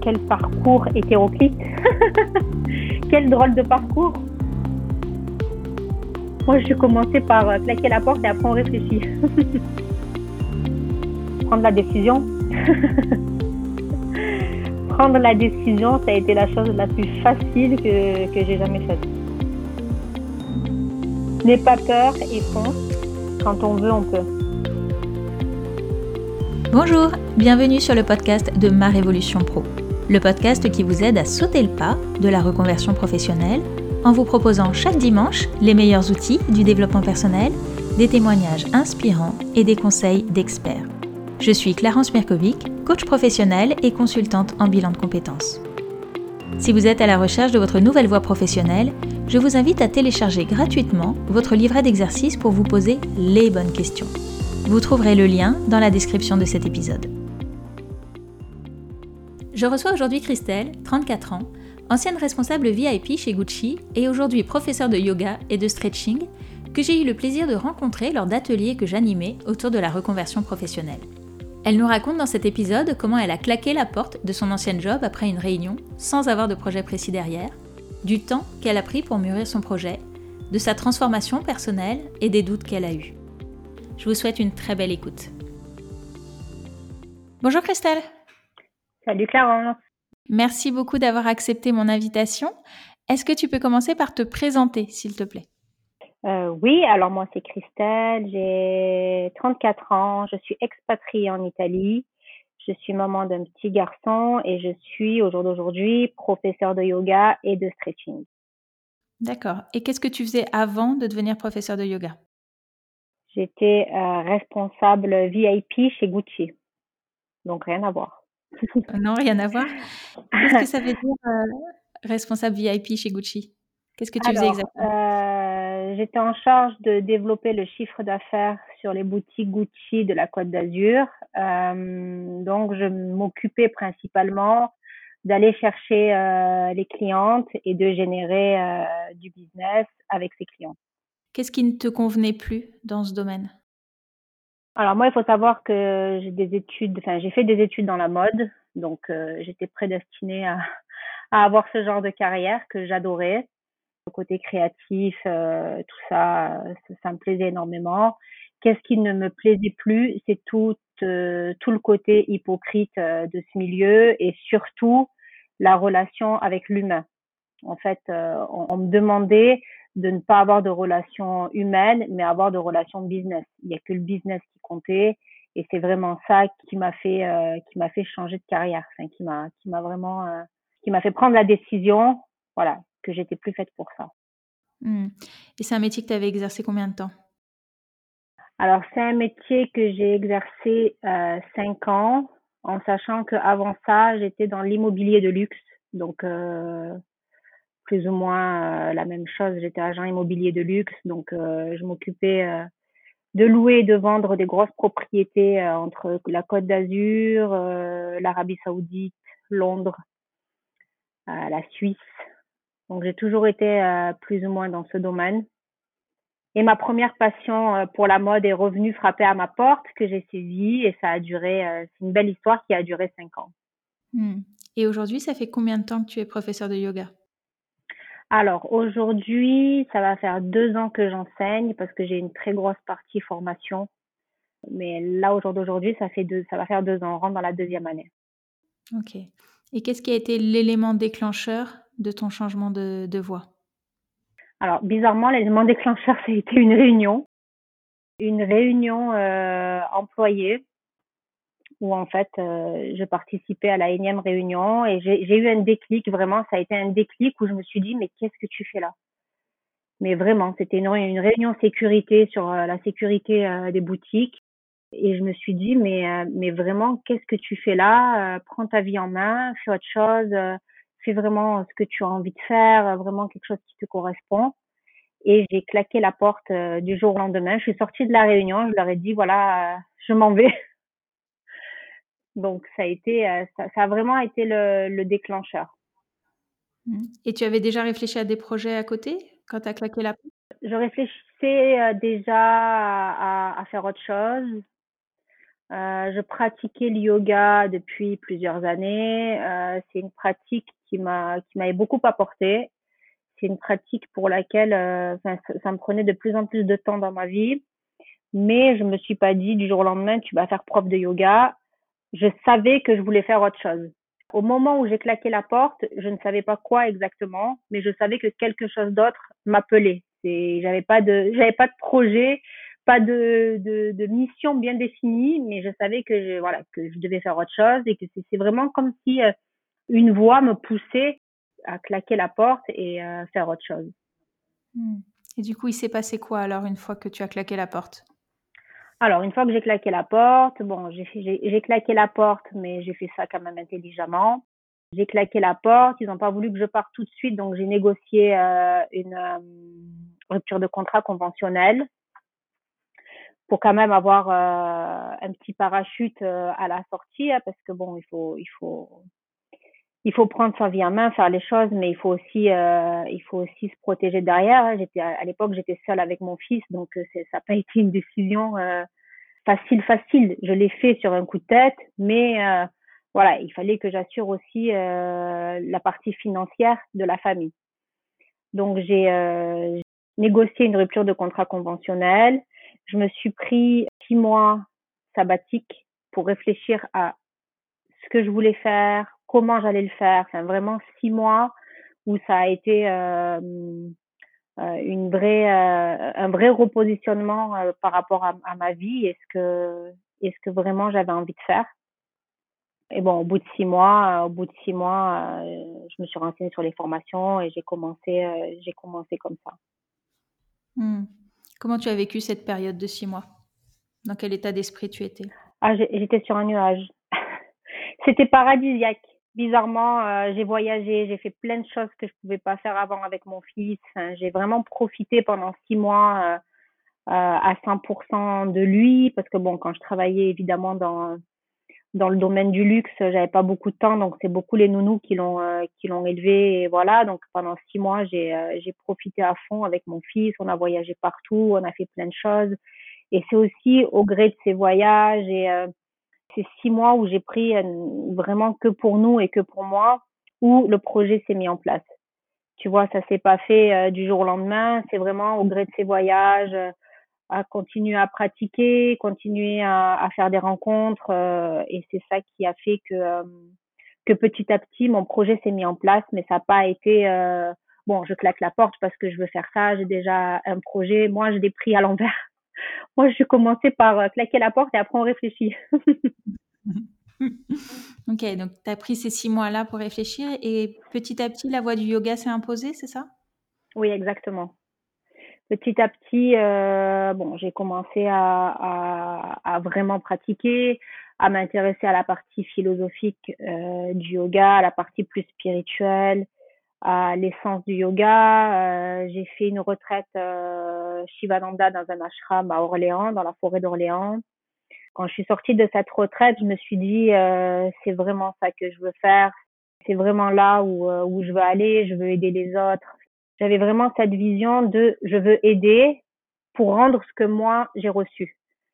quel parcours hétéroclite. Quel drôle de parcours. Moi, je suis commencée par claquer la porte et après on réfléchit. Prendre la décision. Prendre la décision, ça a été la chose la plus facile que j'ai jamais faite. N'aie pas peur et fonce. Quand on veut, on peut. Bonjour, bienvenue sur le podcast de Ma Révolution Pro, le podcast qui vous aide à sauter le pas de la reconversion professionnelle en vous proposant chaque dimanche les meilleurs outils du développement personnel, des témoignages inspirants et des conseils d'experts. Je suis Clarence Mirkovic, coach professionnelle et consultante en bilan de compétences. Si vous êtes à la recherche de votre nouvelle voie professionnelle, je vous invite à télécharger gratuitement votre livret d'exercices pour vous poser les bonnes questions. Vous trouverez le lien dans la description de cet épisode. Je reçois aujourd'hui Christelle, 34 ans, ancienne responsable VIP chez Gucci et aujourd'hui professeure de yoga et de stretching, que j'ai eu le plaisir de rencontrer lors d'ateliers que j'animais autour de la reconversion professionnelle. Elle nous raconte dans cet épisode comment elle a claqué la porte de son ancienne job après une réunion sans avoir de projet précis derrière, du temps qu'elle a pris pour mûrir son projet, de sa transformation personnelle et des doutes qu'elle a eus. Je vous souhaite une très belle écoute. Bonjour Christelle. Salut Clarence. Merci beaucoup d'avoir accepté mon invitation. Est-ce que tu peux commencer par te présenter, s'il te plaît ? Oui, alors moi c'est Christelle, j'ai 34 ans, je suis expatriée en Italie, je suis maman d'un petit garçon et je suis au jour d'aujourd'hui professeure de yoga et de stretching. D'accord. Et qu'est-ce que tu faisais avant de devenir professeur de yoga ? J'étais responsable VIP chez Gucci, donc rien à voir. Non, rien à voir. Qu'est-ce que ça veut dire responsable VIP chez Gucci ? Qu'est-ce que tu faisais Alors, exactement ? j'étais en charge de développer le chiffre d'affaires sur les boutiques Gucci de la Côte d'Azur. Donc, je m'occupais principalement d'aller chercher les clientes et de générer du business avec ces clients. Qu'est-ce qui ne te convenait plus dans ce domaine ? Alors moi, il faut savoir que j'ai fait des études dans la mode, donc j'étais prédestinée à avoir ce genre de carrière que j'adorais. Le côté créatif, tout ça, ça me plaisait énormément. Qu'est-ce qui ne me plaisait plus? C'est tout le côté hypocrite de ce milieu et surtout la relation avec l'humain. En fait, on me demandait de ne pas avoir de relations humaines, mais avoir de relations business. Il n'y a que le business qui comptait, et c'est vraiment ça qui m'a fait changer de carrière, enfin qui m'a fait prendre la décision, voilà, que j'étais plus faite pour ça. Et c'est un métier que tu avais exercé combien de temps ? Alors c'est un métier que j'ai exercé 5 ans, en sachant qu'avant ça j'étais dans l'immobilier de luxe, donc plus ou moins la même chose. J'étais agent immobilier de luxe, donc je m'occupais de louer et de vendre des grosses propriétés entre la Côte d'Azur, l'Arabie Saoudite, Londres, la Suisse. Donc j'ai toujours été plus ou moins dans ce domaine. Et ma première passion pour la mode est revenue frapper à ma porte, que j'ai saisie, et ça a duré, c'est une belle histoire qui a duré 5 ans. Et aujourd'hui, ça fait combien de temps que tu es professeur de yoga ? Alors aujourd'hui, ça va faire 2 ans que j'enseigne parce que j'ai une très grosse partie formation. Mais là, au jour d'aujourd'hui, ça va faire 2 ans. On rentre dans la 2e année. Ok. Et qu'est-ce qui a été l'élément déclencheur de ton changement de voie ? Alors bizarrement, l'élément déclencheur, ça a été une réunion. Une réunion employée où en fait, je participais à la énième réunion et j'ai eu un déclic. Vraiment, ça a été un déclic où je me suis dit: «Mais qu'est-ce que tu fais là?» Mais vraiment, c'était une réunion sécurité sur la sécurité des boutiques, et je me suis dit: mais vraiment, qu'est-ce que tu fais là? Prends ta vie en main, fais autre chose, fais vraiment ce que tu as envie de faire, vraiment quelque chose qui te correspond.» Et j'ai claqué la porte du jour au lendemain. Je suis sortie de la réunion, je leur ai dit: «Voilà, je m'en vais.» Donc ça a vraiment été le déclencheur. Et tu avais déjà réfléchi à des projets à côté quand tu as claqué la porte ? Je réfléchissais déjà à faire autre chose. Je pratiquais le yoga depuis plusieurs années. C'est une pratique qui m'avait beaucoup apporté. C'est une pratique pour laquelle ça me prenait de plus en plus de temps dans ma vie. Mais je me suis pas dit du jour au lendemain, tu vas faire prof de yoga. Je savais que je voulais faire autre chose. Au moment où j'ai claqué la porte, je ne savais pas quoi exactement, mais je savais que quelque chose d'autre m'appelait. J'avais pas de projet, pas de mission bien définie, mais je savais voilà, que je devais faire autre chose et que c'est vraiment comme si une voix me poussait à claquer la porte et faire autre chose. Mmh. Et du coup, il s'est passé quoi alors une fois que tu as claqué la porte? Alors, une fois que j'ai claqué la porte, bon, j'ai claqué la porte, mais j'ai fait ça quand même intelligemment. J'ai claqué la porte, ils n'ont pas voulu que je parte tout de suite, donc j'ai négocié une rupture de contrat conventionnelle pour quand même avoir un petit parachute à la sortie, hein, parce que bon, il faut prendre sa vie en main, faire les choses, mais il faut aussi se protéger derrière, hein. À l'époque, j'étais seule avec mon fils, donc ça n'a pas été une décision facile. Je l'ai fait sur un coup de tête, mais voilà, il fallait que j'assure aussi la partie financière de la famille. Donc j'ai négocié une rupture de contrat conventionnel. Je me suis pris 6 mois sabbatiques pour réfléchir à ce que je voulais faire, comment j'allais le faire. Enfin, vraiment 6 mois où ça a été un vrai repositionnement par rapport à ma vie et est-ce que vraiment j'avais envie de faire. Et bon, au bout de 6 mois, je me suis renseignée sur les formations et j'ai commencé comme ça. Mmh. Comment tu as vécu cette période de 6 mois? Dans quel état d'esprit tu étais? Ah, j'étais sur un nuage. C'était paradisiaque. Bizarrement, j'ai voyagé, j'ai fait plein de choses que je pouvais pas faire avant avec mon fils. Enfin, j'ai vraiment profité pendant 6 mois à 100% de lui, parce que bon, quand je travaillais évidemment dans le domaine du luxe, j'avais pas beaucoup de temps, donc c'est beaucoup les nounous qui l'ont élevé, et voilà. Donc pendant 6 mois, j'ai profité à fond avec mon fils. On a voyagé partout, on a fait plein de choses, et c'est aussi au gré de ces voyages et ces 6 mois où j'ai pris vraiment que pour nous et que pour moi, où le projet s'est mis en place. Tu vois, ça s'est pas fait du jour au lendemain. C'est vraiment au gré de ces voyages, à continuer à pratiquer, continuer à faire des rencontres, et c'est ça qui a fait que petit à petit mon projet s'est mis en place, mais ça n'a pas été bon, je claque la porte parce que je veux faire ça, j'ai déjà un projet. Moi, je l'ai pris à l'envers. Moi, je commençais par claquer la porte et après on réfléchit. Ok, donc tu as pris ces 6 mois-là pour réfléchir et petit à petit, la voie du yoga s'est imposée, c'est ça? Oui, exactement. Petit à petit, bon, j'ai commencé à vraiment pratiquer, à m'intéresser à la partie philosophique du yoga, à la partie plus spirituelle, à l'essence du yoga. J'ai fait une retraite Shivananda dans un ashram à Orléans, dans la forêt d'Orléans. Quand je suis sortie de cette retraite, je me suis dit, c'est vraiment ça que je veux faire. C'est vraiment là où je veux aller. Je veux aider les autres. J'avais vraiment cette vision de je veux aider pour rendre ce que moi j'ai reçu.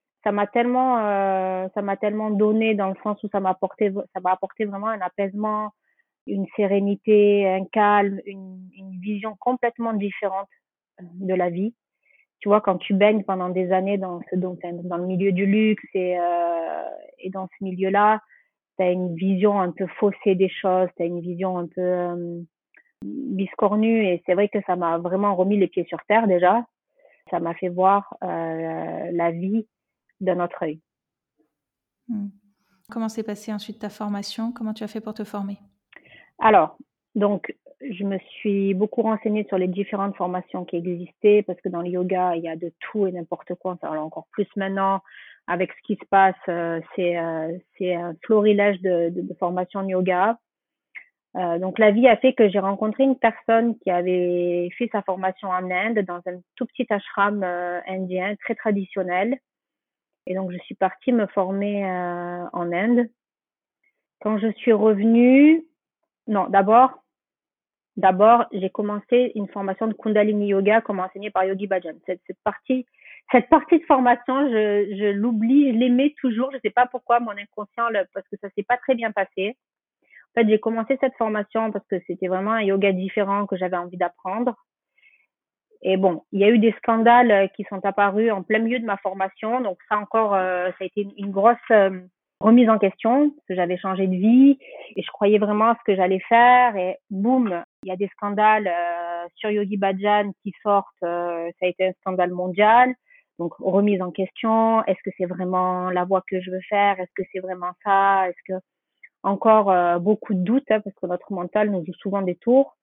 Ça m'a tellement donné dans le sens où ça m'a apporté vraiment un apaisement, une sérénité, un calme, une vision complètement différente de la vie. Tu vois, quand tu baignes pendant des années dans le milieu du luxe et dans ce milieu-là, tu as une vision un peu faussée des choses, tu as une vision un peu biscornue, et c'est vrai que ça m'a vraiment remis les pieds sur terre déjà. Ça m'a fait voir la vie d'un autre œil. Mmh. Comment s'est passée ensuite ta formation? Comment tu as fait pour te former? Alors, donc, je me suis beaucoup renseignée sur les différentes formations qui existaient, parce que dans le yoga, il y a de tout et n'importe quoi. Alors, encore plus maintenant, avec ce qui se passe, c'est un florilège de formations de yoga. Donc, la vie a fait que j'ai rencontré une personne qui avait fait sa formation en Inde, dans un tout petit ashram indien, très traditionnel. Et donc, je suis partie me former en Inde. Quand je suis revenue, non, d'abord, D'abord, j'ai commencé une formation de Kundalini Yoga comme enseignée par Yogi Bhajan. Cette partie de formation, je l'oublie, je l'aimais toujours. Je sais pas pourquoi, mon inconscient, parce que ça s'est pas très bien passé. En fait, j'ai commencé cette formation parce que c'était vraiment un yoga différent que j'avais envie d'apprendre. Et bon, il y a eu des scandales qui sont apparus en plein milieu de ma formation. Donc ça encore, ça a été une grosse remise en question, parce que j'avais changé de vie et je croyais vraiment à ce que j'allais faire. Et boum, il y a des scandales sur Yogi Bhajan qui sortent. Ça a été un scandale mondial. Donc remise en question. Est-ce que c'est vraiment la voie que je veux faire? Est-ce que c'est vraiment ça? Est-ce que encore beaucoup de doutes, hein, parce que notre mental nous joue souvent des tours.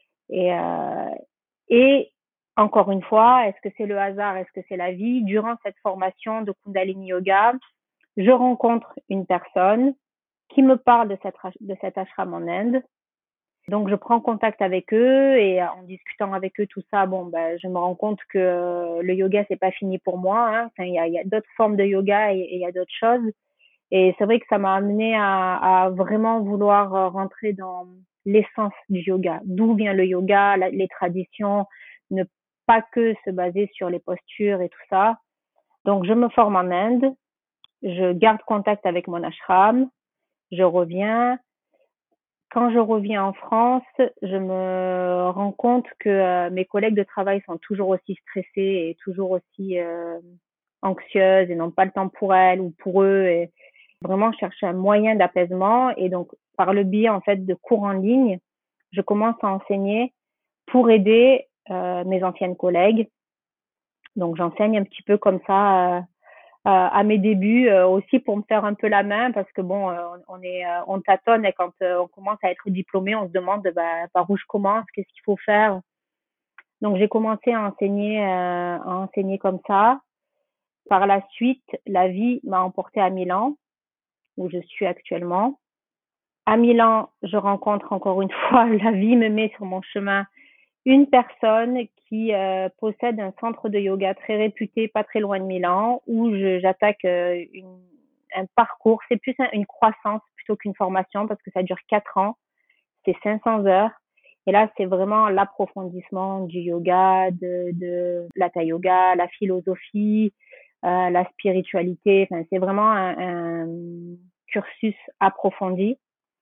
Et encore une fois, est-ce que c'est le hasard, est-ce que c'est la vie? Durant cette formation de Kundalini Yoga, je rencontre une personne qui me parle de cet ashram en Inde. Donc je prends contact avec eux et en discutant avec eux tout ça, bon ben je me rends compte que le yoga c'est pas fini pour moi. Hein. Enfin, il y a d'autres formes de yoga et il y a d'autres choses. Et c'est vrai que ça m'a amené à vraiment vouloir rentrer dans l'essence du yoga. D'où vient le yoga, les traditions, ne pas que se baser sur les postures et tout ça. Donc, je me forme en Inde, je garde contact avec mon ashram, je reviens. Quand je reviens en France, je me rends compte que mes collègues de travail sont toujours aussi stressés et toujours aussi anxieuses et n'ont pas le temps pour elles ou pour eux. Et vraiment chercher un moyen d'apaisement. Et donc, par le biais en fait de cours en ligne, je commence à enseigner pour aider mes anciennes collègues. Donc, j'enseigne un petit peu comme ça à mes débuts, aussi pour me faire un peu la main, parce que bon, on tâtonne et quand on commence à être diplômé, on se demande par où je commence, qu'est-ce qu'il faut faire. Donc, j'ai commencé à enseigner comme ça. Par la suite, la vie m'a emporté à Milan, où je suis actuellement. À Milan, je rencontre encore une fois, la vie me met sur mon chemin une personne qui possède un centre de yoga très réputé, pas très loin de Milan, où j'attaque un parcours. C'est plus une croissance plutôt qu'une formation parce que ça dure 4 ans. C'est 500 heures. Et là, c'est vraiment l'approfondissement du yoga, de l'hatha yoga, la philosophie, la spiritualité. Enfin, c'est vraiment un cursus approfondi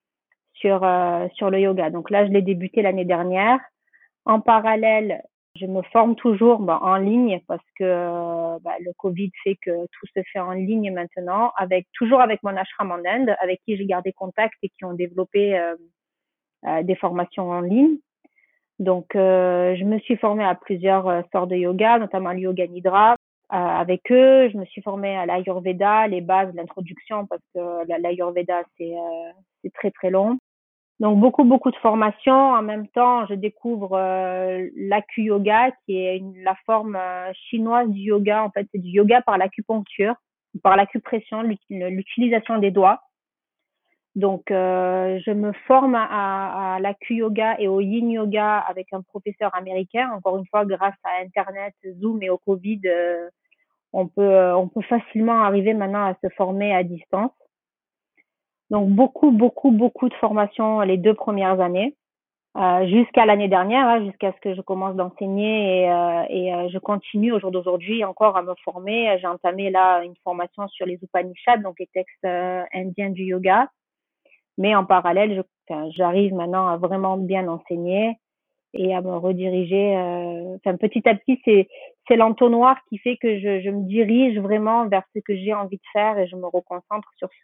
sur le yoga. Donc là, je l'ai débuté l'année dernière. En parallèle, je me forme toujours en ligne parce que le Covid fait que tout se fait en ligne maintenant, toujours avec mon ashram en Inde, avec qui j'ai gardé contact et qui ont développé des formations en ligne. Donc, je me suis formée à plusieurs sortes de yoga, notamment le yoga nidra. Avec eux, je me suis formée à l'Ayurveda, les bases, l'introduction, parce que l'Ayurveda, c'est très, très long. Donc, beaucoup de formations. En même temps, je découvre l'Aku Yoga, qui est la forme chinoise du yoga. En fait, c'est du yoga par l'acupuncture, par l'acupression, l'utilisation des doigts. Donc, je me forme à l'Aku Yoga et au Yin Yoga avec un professeur américain. Encore une fois, grâce à Internet, Zoom et au Covid, on peut facilement arriver maintenant à se former à distance. Donc, beaucoup de formations les 2 premières années, jusqu'à l'année dernière, hein, jusqu'à ce que je commence d'enseigner et je continue au jour d'aujourd'hui encore à me former. J'ai entamé là une formation sur les Upanishads, donc les textes indiens du yoga. Mais en parallèle, j'arrive maintenant à vraiment bien enseigner et à me rediriger. Petit à petit, c'est l'entonnoir qui fait que je me dirige vraiment vers ce que j'ai envie de faire et je me reconcentre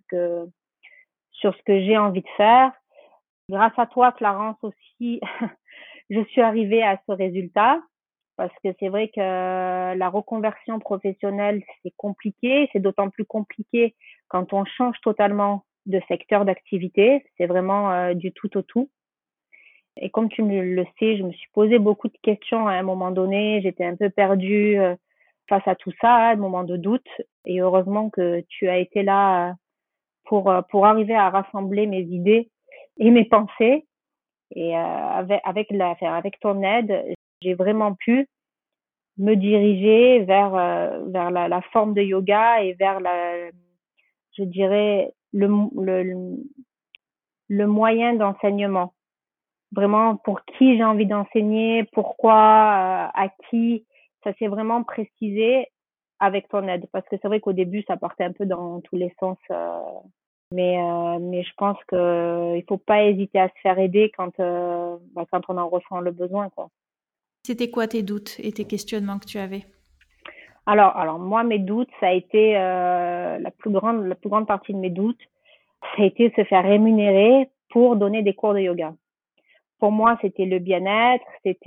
sur ce que j'ai envie de faire. Grâce à toi, Clarence, aussi, je suis arrivée à ce résultat parce que c'est vrai que la reconversion professionnelle, c'est compliqué. C'est d'autant plus compliqué quand on change totalement de secteur d'activité. C'est vraiment du tout au tout. Et comme tu le sais, je me suis posé beaucoup de questions à un moment donné. J'étais un peu perdue face à tout ça, à un moment de doute. Et heureusement que tu as été là pour arriver à rassembler mes idées et mes pensées. Et avec ton aide, j'ai vraiment pu me diriger vers la forme de yoga et vers je dirais, le moyen d'enseignement. vraiment pour qui j'ai envie d'enseigner, pourquoi, à qui. Ça s'est vraiment précisé avec ton aide. Parce que c'est vrai qu'au début, ça partait un peu dans tous les sens. Mais je pense qu'il faut pas hésiter à se faire aider quand on en ressent le besoin, quoi. C'était quoi tes doutes et tes questionnements que tu avais? Alors moi, mes doutes, ça a été la plus grande partie de mes doutes, ça a été de se faire rémunérer pour donner des cours de yoga. Pour moi, c'était le bien-être,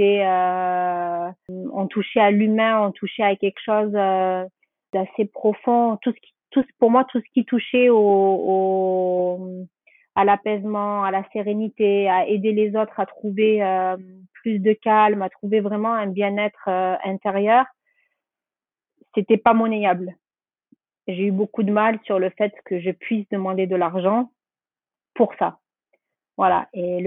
on touchait à l'humain, on touchait à quelque chose d'assez profond. Pour moi, tout ce qui touchait à l'apaisement, à la sérénité, à aider les autres à trouver plus de calme, à trouver vraiment un bien-être intérieur, c'était pas monnayable. J'ai eu beaucoup de mal sur le fait que je puisse demander de l'argent pour ça. Voilà. Et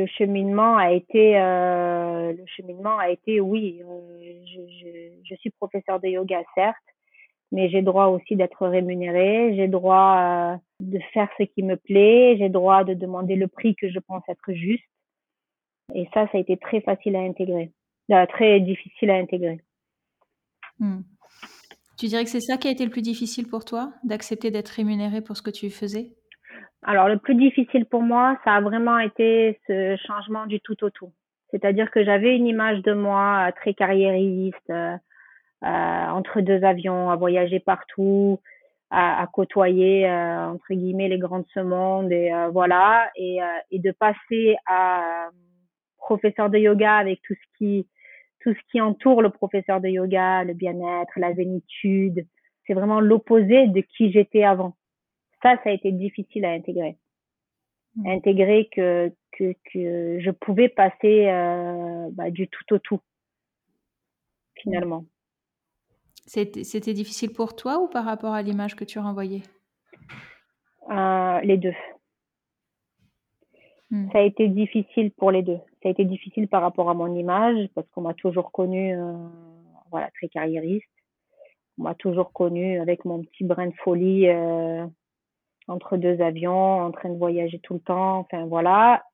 le cheminement a été, oui, je suis professeur de yoga, certes, mais j'ai droit aussi d'être rémunérée, j'ai droit de faire ce qui me plaît, j'ai droit de demander le prix que je pense être juste. Et ça a été très facile à intégrer, très difficile à intégrer. Hmm. Tu dirais que c'est ça qui a été le plus difficile pour toi, d'accepter d'être rémunéré pour ce que tu faisais? Alors, le plus difficile pour moi, ça a vraiment été ce changement du tout au tout. C'est-à-dire que j'avais une image de moi très carriériste, entre deux avions, à voyager partout, à côtoyer entre guillemets les grands de ce monde et voilà et de passer à professeur de yoga avec tout ce qui entoure le professeur de yoga, le bien-être, la zénitude. C'est vraiment l'opposé de qui j'étais avant. Ça a été difficile à intégrer. Intégrer que je pouvais passer du tout au tout finalement. C'était difficile pour toi ou par rapport à l'image que tu renvoyais? Les deux. Ça a été difficile pour les deux. Ça a été difficile par rapport à mon image parce qu'on m'a toujours connue voilà, très carriériste. On m'a toujours connue avec mon petit brin de folie entre deux avions, en train de voyager tout le temps. Enfin voilà.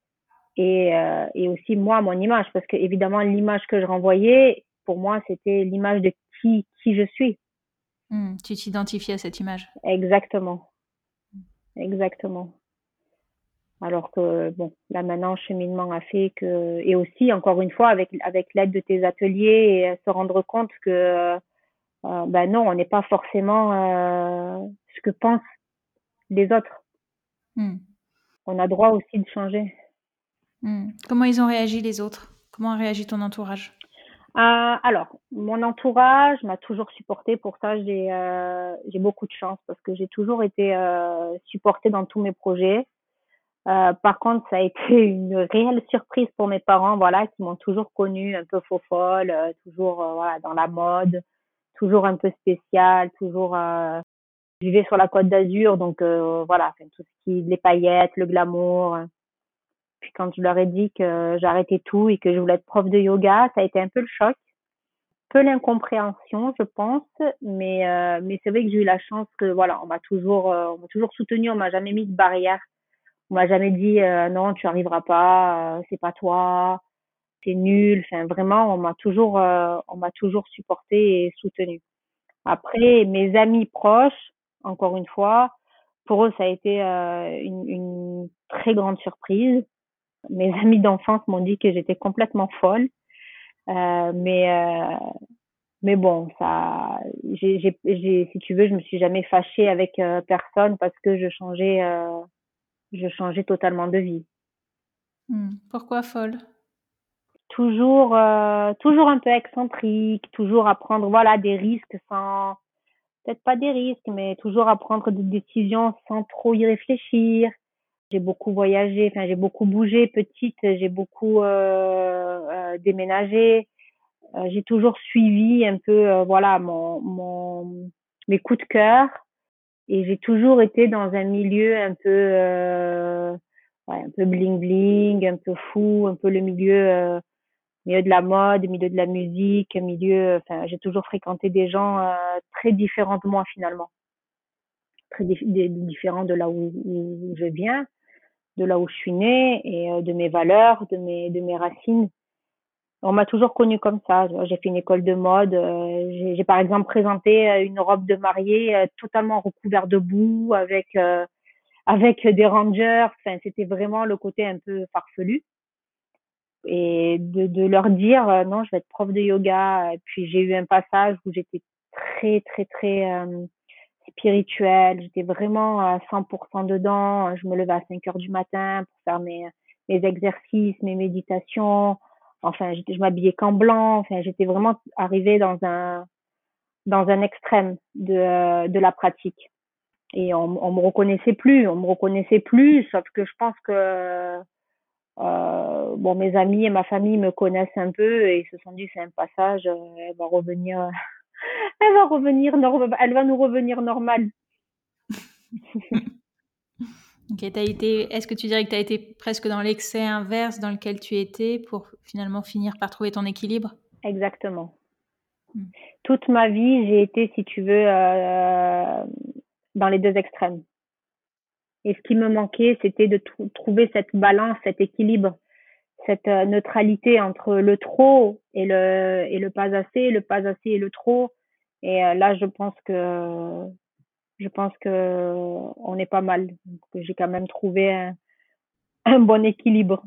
Et aussi moi, mon image, parce que évidemment l'image que je renvoyais, pour moi, c'était l'image de qui je suis. Tu t'identifies à cette image. Exactement, exactement. Alors que bon, là maintenant, le cheminement a fait que, et aussi encore une fois avec l'aide de tes ateliers et se rendre compte que ben non, on n'est pas forcément ce que pensent les autres. Hmm. On a droit aussi de changer. Comment ils ont réagi les autres? Comment a réagi ton entourage? Alors, mon entourage m'a toujours supportée. Pour ça, j'ai beaucoup de chance parce que j'ai toujours été supportée dans tous mes projets. Par contre, ça a été une réelle surprise pour mes parents, voilà, qui m'ont toujours connue un peu faux-folle, toujours voilà, dans la mode, toujours un peu spéciale, toujours je vivais sur la Côte d'Azur, donc voilà, enfin, tout ce qui les paillettes, le glamour. Puis quand je leur ai dit que j'arrêtais tout et que je voulais être prof de yoga, ça a été un peu le choc, peu l'incompréhension, je pense, mais c'est vrai que j'ai eu la chance que voilà, on m'a toujours soutenue, on m'a jamais mis de barrière. On m'a jamais dit non, tu arriveras pas, c'est pas toi, c'est nul. Enfin, vraiment, on m'a toujours supporté et soutenu. Après, mes amis proches, encore une fois, pour eux, ça a été une très grande surprise. Mes amis d'enfance m'ont dit que j'étais complètement folle, euh, mais euh, mais bon, si tu veux, je me suis jamais fâchée avec personne parce que je changeais totalement de vie. Pourquoi folle? Toujours un peu excentrique, toujours à prendre voilà des risques sans peut-être pas des risques, mais toujours à prendre des décisions sans trop y réfléchir. J'ai beaucoup voyagé, enfin j'ai beaucoup bougé petite, j'ai beaucoup déménagé. J'ai toujours suivi un peu voilà mes coups de cœur et j'ai toujours été dans un milieu un peu ouais, un peu bling bling, un peu fou, un peu le milieu de la mode, milieu de la musique, enfin, j'ai toujours fréquenté des gens très différents de moi finalement, différents de là où je viens. de là où je suis née et de mes valeurs, de mes racines. On m'a toujours connue comme ça. J'ai fait une école de mode. J'ai par exemple présenté une robe de mariée totalement recouverte de boue avec des rangers. Enfin, c'était vraiment le côté un peu farfelu. Et de leur dire non, je vais être prof de yoga. Et puis j'ai eu un passage où j'étais très, très, très spirituelle. J'étais vraiment à 100% dedans. Je me levais à 5 heures du matin pour faire mes exercices, mes méditations. Enfin, je m'habillais qu'en blanc. Enfin, j'étais vraiment arrivée dans un extrême de la pratique. Et on me reconnaissait plus. On me reconnaissait plus, sauf que je pense que bon, mes amis et ma famille me connaissent un peu et ils se sont dit c'est un passage, elle va revenir, elle va nous revenir normale. Ok, est-ce que tu dirais que tu as été presque dans l'excès inverse dans lequel tu étais pour finalement finir par trouver ton équilibre? Exactement. Mm. Toute ma vie, j'ai été, si tu veux, dans les deux extrêmes. Et ce qui me manquait, c'était de trouver cette balance, cet équilibre, cette neutralité entre le trop et le pas assez et le trop. Et là, je pense que on est pas mal. Donc, j'ai quand même trouvé un bon équilibre.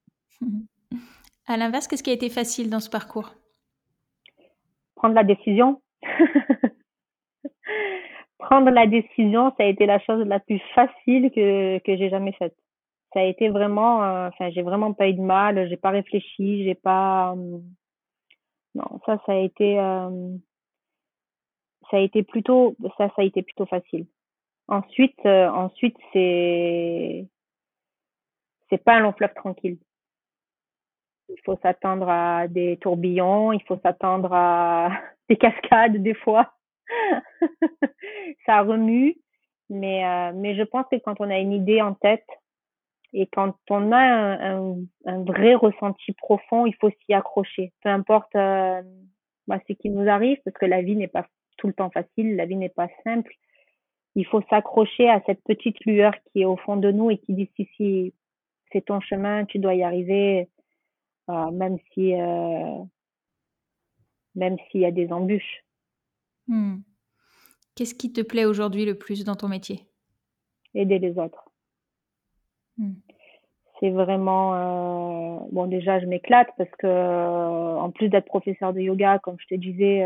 À l'inverse, qu'est-ce qui a été facile dans ce parcours? Prendre la décision. Prendre la décision, ça a été la chose la plus facile que j'ai jamais faite. Ça a été vraiment, enfin, j'ai vraiment pas eu de mal, j'ai pas réfléchi, j'ai pas, non, ça a été plutôt facile. Ensuite, c'est pas un long fleuve tranquille. Il faut s'attendre à des tourbillons, il faut s'attendre à des cascades des fois. Ça remue, mais je pense que quand on a une idée en tête et quand on a un vrai ressenti profond, il faut s'y accrocher. Peu importe ce qui nous arrive, parce que la vie n'est pas tout le temps facile, la vie n'est pas simple. Il faut s'accrocher à cette petite lueur qui est au fond de nous et qui dit si, c'est ton chemin, tu dois y arriver, même si même s'il y a des embûches. Hmm. Qu'est-ce qui te plaît aujourd'hui le plus dans ton métier? Aider les autres. Hmm. C'est vraiment bon, déjà je m'éclate parce que en plus d'être professeur de yoga, comme je te disais,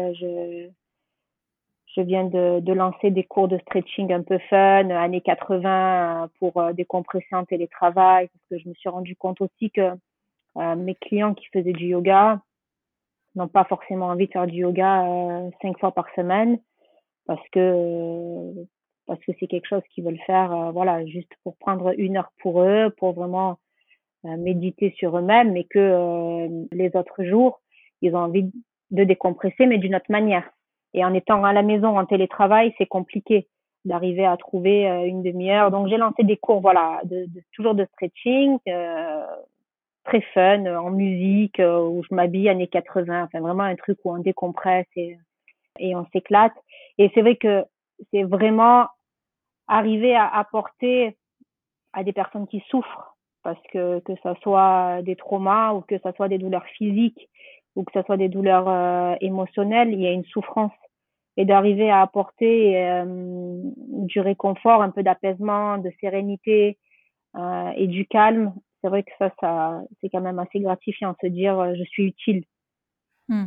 je viens de lancer des cours de stretching un peu fun, années 80, pour décompresser en télétravail, parce que je me suis rendu compte aussi que mes clients qui faisaient du yoga n'ont pas forcément envie de faire du yoga 5 fois par semaine, parce que parce que c'est quelque chose qu'ils veulent faire, voilà, juste pour prendre 1 heure pour eux, pour vraiment méditer sur eux-mêmes, mais que les autres jours, ils ont envie de décompresser, mais d'une autre manière. Et en étant à la maison, en télétravail, c'est compliqué d'arriver à trouver une demi-heure. Donc j'ai lancé des cours, voilà, toujours de stretching, très fun, en musique, où je m'habille années 80, enfin vraiment un truc où on décompresse et on s'éclate. Et c'est vrai que c'est vraiment arriver à apporter à des personnes qui souffrent, parce que ça soit des traumas ou que ça soit des douleurs physiques ou que ça soit des douleurs émotionnelles, il y a une souffrance. Et d'arriver à apporter du réconfort, un peu d'apaisement, de sérénité et du calme, c'est vrai que ça c'est quand même assez gratifiant de se dire je suis utile. Hmm.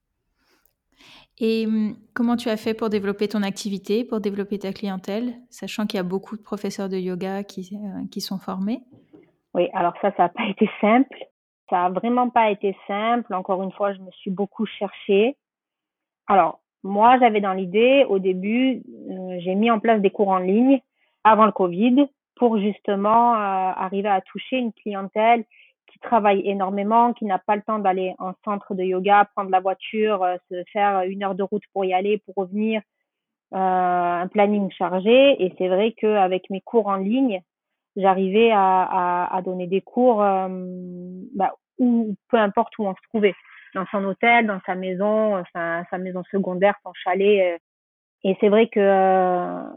Et comment tu as fait pour développer ton activité, pour développer ta clientèle, sachant qu'il y a beaucoup de professeurs de yoga qui sont formés? Oui, alors ça n'a pas été simple. Ça a vraiment pas été simple. Encore une fois, je me suis beaucoup cherchée. Alors, moi, j'avais dans l'idée, au début, j'ai mis en place des cours en ligne avant le Covid pour justement arriver à toucher une clientèle qui travaille énormément, qui n'a pas le temps d'aller en centre de yoga, prendre la voiture, se faire 1 heure de route pour y aller, pour revenir, un planning chargé. Et c'est vrai qu'avec mes cours en ligne, j'arrivais à donner des cours où, peu importe où on se trouvait, dans son hôtel, dans sa maison, sa maison secondaire, son chalet. Et c'est vrai que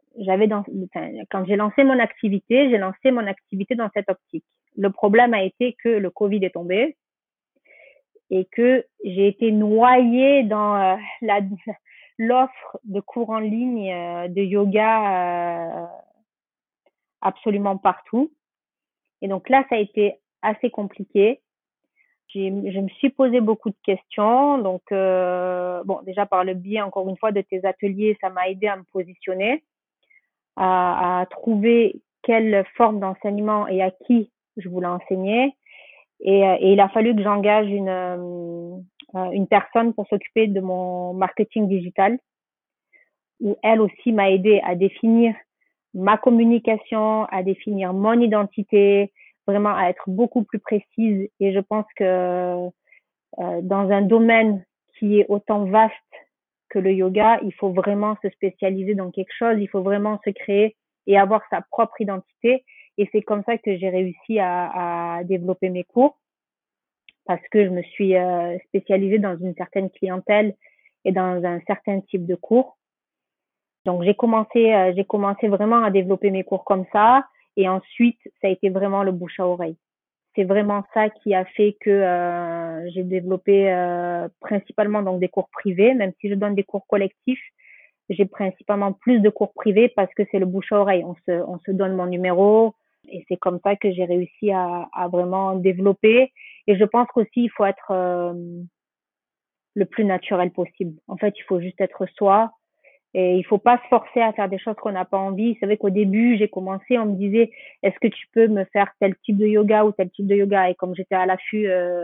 quand j'ai lancé mon activité, dans cette optique. Le problème a été que le Covid est tombé et que j'ai été noyée dans l'offre de cours en ligne de yoga absolument partout. Et donc là, ça a été assez compliqué. Je me suis posé beaucoup de questions. Donc, bon, déjà par le biais, encore une fois, de tes ateliers, ça m'a aidé à me positionner, à trouver quelle forme d'enseignement et à qui je voulais enseigner. Et il a fallu que j'engage une personne pour s'occuper de mon marketing digital, où elle aussi m'a aidé à définir ma communication, à définir mon identité, vraiment à être beaucoup plus précise. Et je pense que dans un domaine qui est autant vaste que le yoga, il faut vraiment se spécialiser dans quelque chose, il faut vraiment se créer et avoir sa propre identité. Et c'est comme ça que j'ai réussi à développer mes cours, parce que je me suis spécialisée dans une certaine clientèle et dans un certain type de cours. Donc j'ai commencé vraiment à développer mes cours comme ça, et ensuite ça a été vraiment le bouche à oreille. C'est vraiment ça qui a fait que j'ai développé principalement donc des cours privés, même si je donne des cours collectifs, j'ai principalement plus de cours privés parce que c'est le bouche à oreille. On se donne mon numéro, et c'est comme ça que j'ai réussi à vraiment développer. Et je pense qu'aussi il faut être le plus naturel possible. En fait, il faut juste être soi. Et il faut pas se forcer à faire des choses qu'on n'a pas envie. C'est vrai qu'au début, j'ai commencé, on me disait, est-ce que tu peux me faire tel type de yoga ou tel type de yoga? Et comme j'étais à l'affût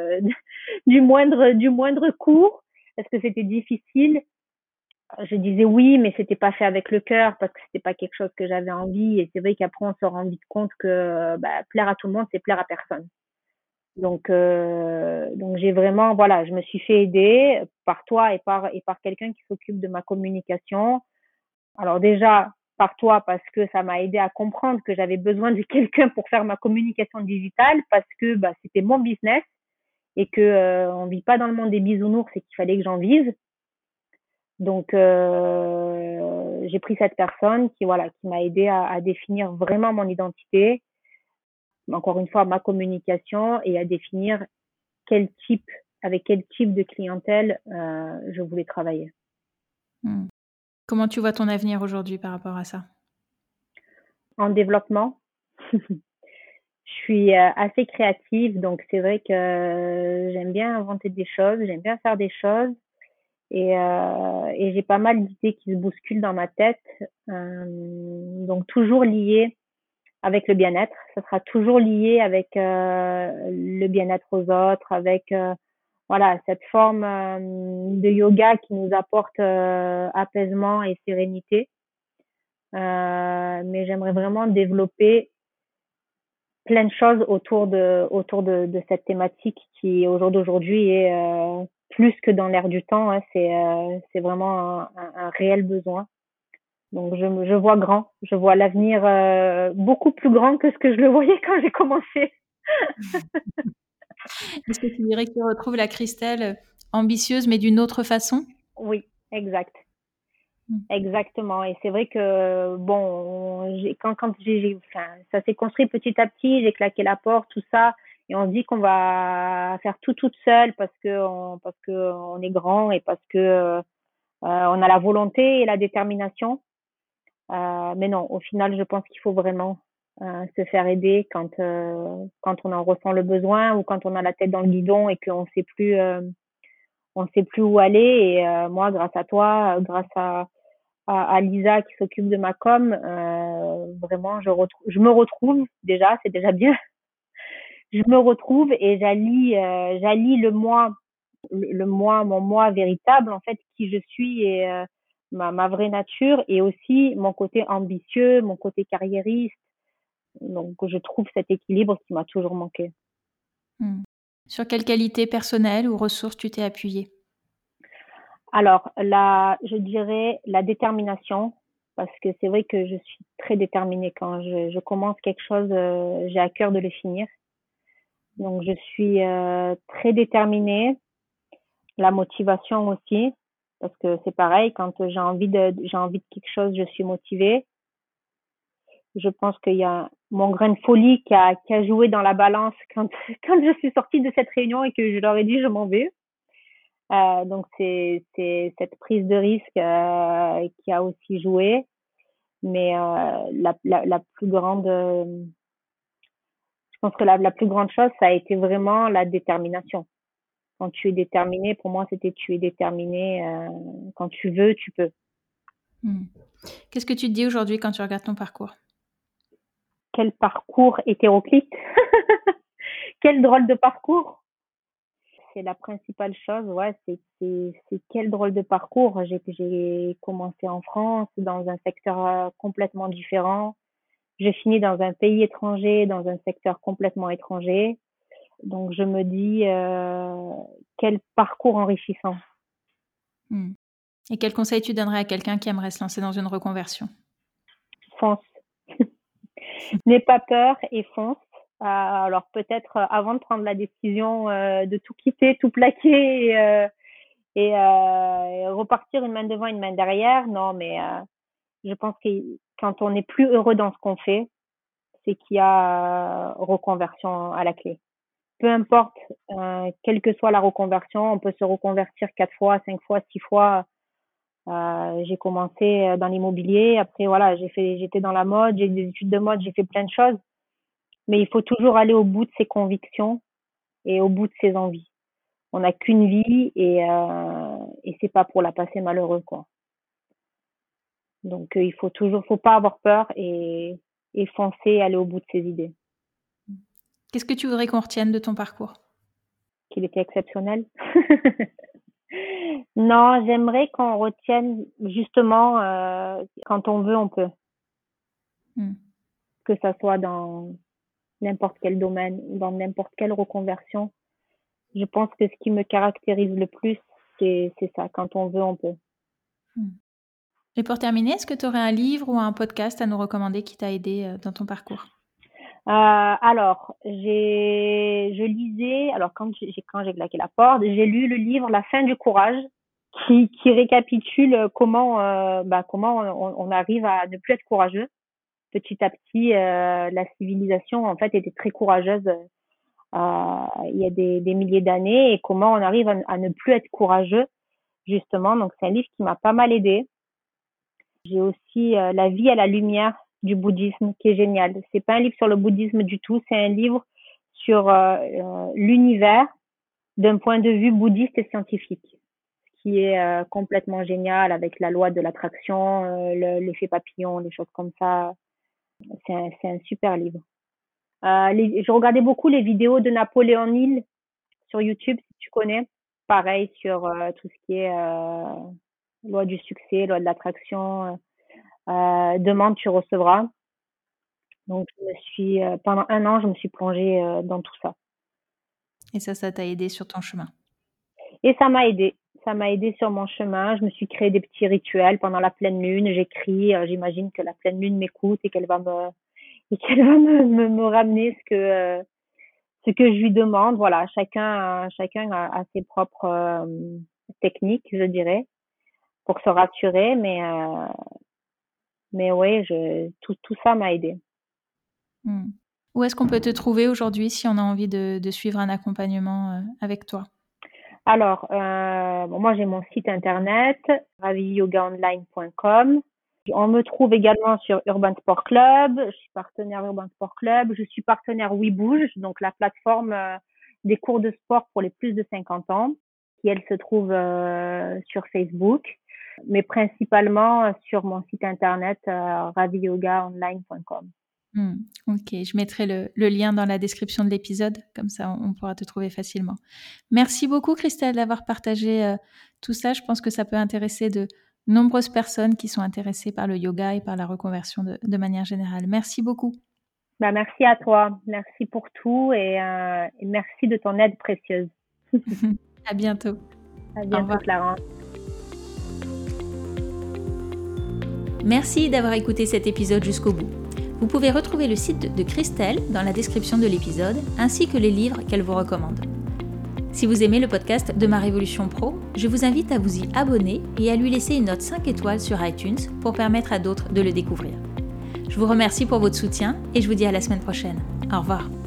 du moindre cours, est-ce que c'était difficile? Je disais oui, mais c'était pas fait avec le cœur parce que c'était pas quelque chose que j'avais envie. Et c'est vrai qu'après, on se rend vite compte que plaire à tout le monde, c'est plaire à personne. Donc j'ai vraiment, voilà, je me suis fait aider par toi et par quelqu'un qui s'occupe de ma communication. Alors déjà, par toi, parce que ça m'a aidé à comprendre que j'avais besoin de quelqu'un pour faire ma communication digitale, parce que c'était mon business et que on vit pas dans le monde des bisounours et qu'il fallait que j'en vive. Donc j'ai pris cette personne qui voilà, qui m'a aidé à définir vraiment mon identité, encore une fois ma communication, et à définir quel type avec quel type de clientèle je voulais travailler. Comment tu vois ton avenir aujourd'hui par rapport à ça? En développement. Je suis assez créative, donc c'est vrai que j'aime bien inventer des choses, j'aime bien faire des choses, et j'ai pas mal d'idées qui se bousculent dans ma tête, donc toujours liées avec le bien-être. Ça sera toujours lié avec le bien-être aux autres, avec voilà, cette forme de yoga qui nous apporte apaisement et sérénité. Mais j'aimerais vraiment développer plein de choses autour de cette thématique qui au jour d'aujourd'hui est plus que dans l'air du temps, hein. C'est vraiment un réel besoin. Donc je vois grand, je vois l'avenir beaucoup plus grand que ce que je le voyais quand j'ai commencé. Est-ce que tu dirais que tu retrouves la Christelle ambitieuse mais d'une autre façon? Oui, exact. Exactement. Et c'est vrai que bon, enfin, ça s'est construit petit à petit, j'ai claqué la porte, tout ça, et on se dit qu'on va faire tout toute seule parce que on est grand et parce que on a la volonté et la détermination. Mais non, au final, je pense qu'il faut vraiment se faire aider quand on en ressent le besoin, ou quand on a la tête dans le guidon et qu'on on sait plus où aller. Et moi, grâce à toi, grâce à Lisa qui s'occupe de ma com, vraiment, je me retrouve déjà, c'est déjà bien. Je me retrouve et j'allie le moi, mon moi véritable, en fait, qui je suis, et ma vraie nature, et aussi mon côté ambitieux, mon côté carriériste. Donc, je trouve cet équilibre qui m'a toujours manqué. Sur quelle qualité personnelle ou ressources tu t'es appuyée? Alors, je dirais la détermination, parce que c'est vrai que je suis très déterminée. Quand je commence quelque chose, j'ai à cœur de le finir. Donc, je suis très déterminée. La motivation aussi, parce que c'est pareil, quand j'ai envie de quelque chose, je suis motivée. Je pense qu'il y a mon grain de folie qui a joué dans la balance quand je suis sortie de cette réunion et que je leur ai dit je m'en vais. Donc c'est cette prise de risque qui a aussi joué. Mais la plus grande, je pense que la plus grande chose, ça a été vraiment la détermination. Quand tu es déterminé, pour moi, c'était tu es déterminé. Quand tu veux, tu peux. Qu'est-ce que tu te dis aujourd'hui quand tu regardes ton parcours? Quel parcours hétéroclite. Quel drôle de parcours. C'est la principale chose, ouais, c'est quel drôle de parcours. J'ai commencé en France, dans un secteur complètement différent. J'ai fini dans un pays étranger, dans un secteur complètement étranger. Donc je me dis, quel parcours enrichissant. Et quel conseil tu donnerais à quelqu'un qui aimerait se lancer dans une reconversion? Fonce. N'aie pas peur et fonce. Alors peut-être avant de prendre la décision de tout quitter, tout plaquer et repartir une main devant, une main derrière. Non, mais je pense que quand on n'est plus heureux dans ce qu'on fait, c'est qu'il y a reconversion à la clé. Peu importe, quelle que soit la reconversion, on peut se reconvertir 4 fois, 5 fois, 6 fois. J'ai commencé dans l'immobilier, après voilà, j'étais dans la mode, j'ai eu des études de mode, j'ai fait plein de choses. Mais il faut toujours aller au bout de ses convictions et au bout de ses envies. On n'a qu'une vie et c'est pas pour la passer malheureux, quoi. Donc il faut pas avoir peur et foncer, aller au bout de ses idées. Qu'est-ce que tu voudrais qu'on retienne de ton parcours? Qu'il était exceptionnel. Non, j'aimerais qu'on retienne justement quand on veut, on peut. Que ça soit dans n'importe quel domaine, dans n'importe quelle reconversion. Je pense que ce qui me caractérise le plus, c'est ça. Quand on veut, on peut. Et pour terminer, est-ce que tu aurais un livre ou un podcast à nous recommander qui t'a aidé dans ton parcours? Alors, je lisais, alors quand j'ai claqué la porte, j'ai lu le livre La fin du courage, qui récapitule comment on arrive à ne plus être courageux. Petit à petit, la civilisation en fait était très courageuse il y a des milliers d'années, et comment on arrive à ne plus être courageux justement. Donc c'est un livre qui m'a pas mal aidée. J'ai aussi La vie à la lumière du bouddhisme, qui est génial. C'est pas un livre sur le bouddhisme du tout, c'est un livre sur l'univers d'un point de vue bouddhiste et scientifique, qui est complètement génial, avec la loi de l'attraction, l'effet papillon, des choses comme ça. C'est un super livre. Je regardais beaucoup les vidéos de Napoléon Hill sur YouTube, si tu connais. Pareil sur tout ce qui est loi du succès, loi de l'attraction, demande, tu recevras. Donc pendant 1 an, je me suis plongée dans tout ça. Et ça t'a aidé sur ton chemin? Et ça m'a aidé. Ça m'a aidé sur mon chemin. Je me suis créé des petits rituels pendant la pleine lune. J'écris. J'imagine que la pleine lune m'écoute et qu'elle va me ramener ce que je lui demande. Voilà, chacun a ses propres techniques, je dirais, pour se rassurer. Mais ouais, tout ça m'a aidé. Où est-ce qu'on peut te trouver aujourd'hui si on a envie de suivre un accompagnement avec toi? Alors, moi j'ai mon site internet raviyogaonline.com. On me trouve également sur Urban Sport Club. Je suis partenaire Urban Sport Club. Je suis partenaire WeBouge, donc la plateforme des cours de sport pour les plus de 50 ans, qui elle se trouve sur Facebook, mais principalement sur mon site internet raviyogaonline.com. Ok, je mettrai le lien dans la description de l'épisode, comme ça on pourra te trouver facilement. Merci beaucoup Christelle d'avoir partagé tout ça. Je pense que ça peut intéresser de nombreuses personnes qui sont intéressées par le yoga et par la reconversion de manière générale. Merci beaucoup. Merci à toi, merci pour tout et merci de ton aide précieuse. À bientôt. À bientôt Clarence. Merci d'avoir écouté cet épisode jusqu'au bout. Vous pouvez retrouver le site de Christelle dans la description de l'épisode, ainsi que les livres qu'elle vous recommande. Si vous aimez le podcast de Ma Révolution Pro, je vous invite à vous y abonner et à lui laisser une note 5 étoiles sur iTunes pour permettre à d'autres de le découvrir. Je vous remercie pour votre soutien et je vous dis à la semaine prochaine. Au revoir.